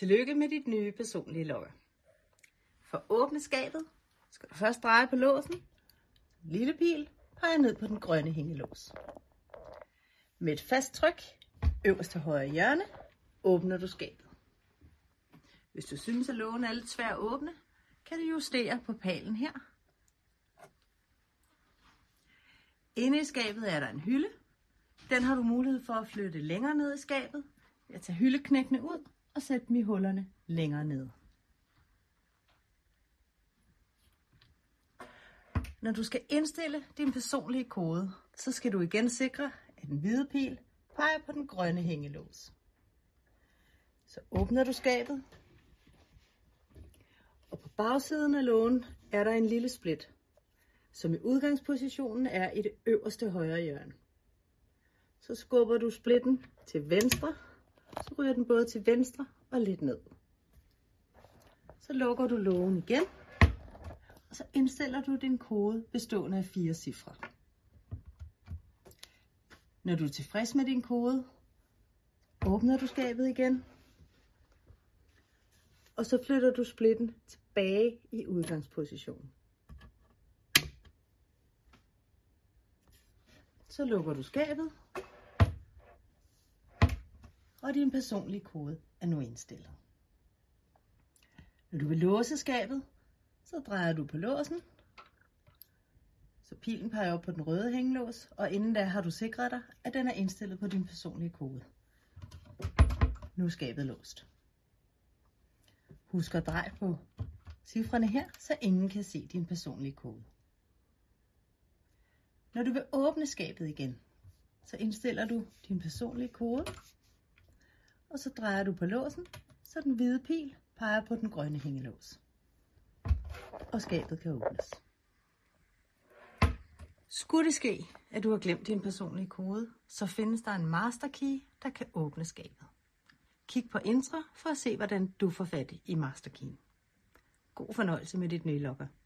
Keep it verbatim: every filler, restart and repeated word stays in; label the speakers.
Speaker 1: Tillykke med dit nye personlige lokker. For at åbne skabet skal du først dreje på låsen. Lille pil peger ned på den grønne hængelås. Med et fast tryk øverst til højre hjørne åbner du skabet. Hvis du synes, at lågen er lidt svær at åbne, kan du justere på palen her. Inde i skabet er der en hylde. Den har du mulighed for at flytte længere ned i skabet ved at tage hyldeknækkene ud og sætte dem i hullerne længere ned. Når du skal indstille din personlige kode, så skal du igen sikre, at den hvide pil peger på den grønne hængelås. Så åbner du skabet, og på bagsiden af lågen er der en lille split, som i udgangspositionen er i det øverste højre hjørne. Så skubber du splitten til venstre, så ryger den både til venstre og lidt ned. Så lukker du lågen igen, og så indstiller du din kode bestående af fire cifre. Når du er tilfreds med din kode, åbner du skabet igen, og så flytter du splitten tilbage i udgangspositionen. Så lukker du skabet, og din personlige kode er nu indstillet. Når du vil låse skabet, så drejer du på låsen, så pilen peger op på den røde hængelås, og inden da har du sikret dig, at den er indstillet på din personlige kode. Nu er skabet låst. Husk at dreje på cifrene her, så ingen kan se din personlige kode. Når du vil åbne skabet igen, så indstiller du din personlige kode, og så drejer du på låsen, så den hvide pil peger på den grønne hængelås. Og skabet kan åbnes. Skulle det ske, at du har glemt din personlige kode, så findes der en masterkey, der kan åbne skabet. Kig på intro for at se, hvordan du får fat i masterkeyen. God fornøjelse med dit nye lokker.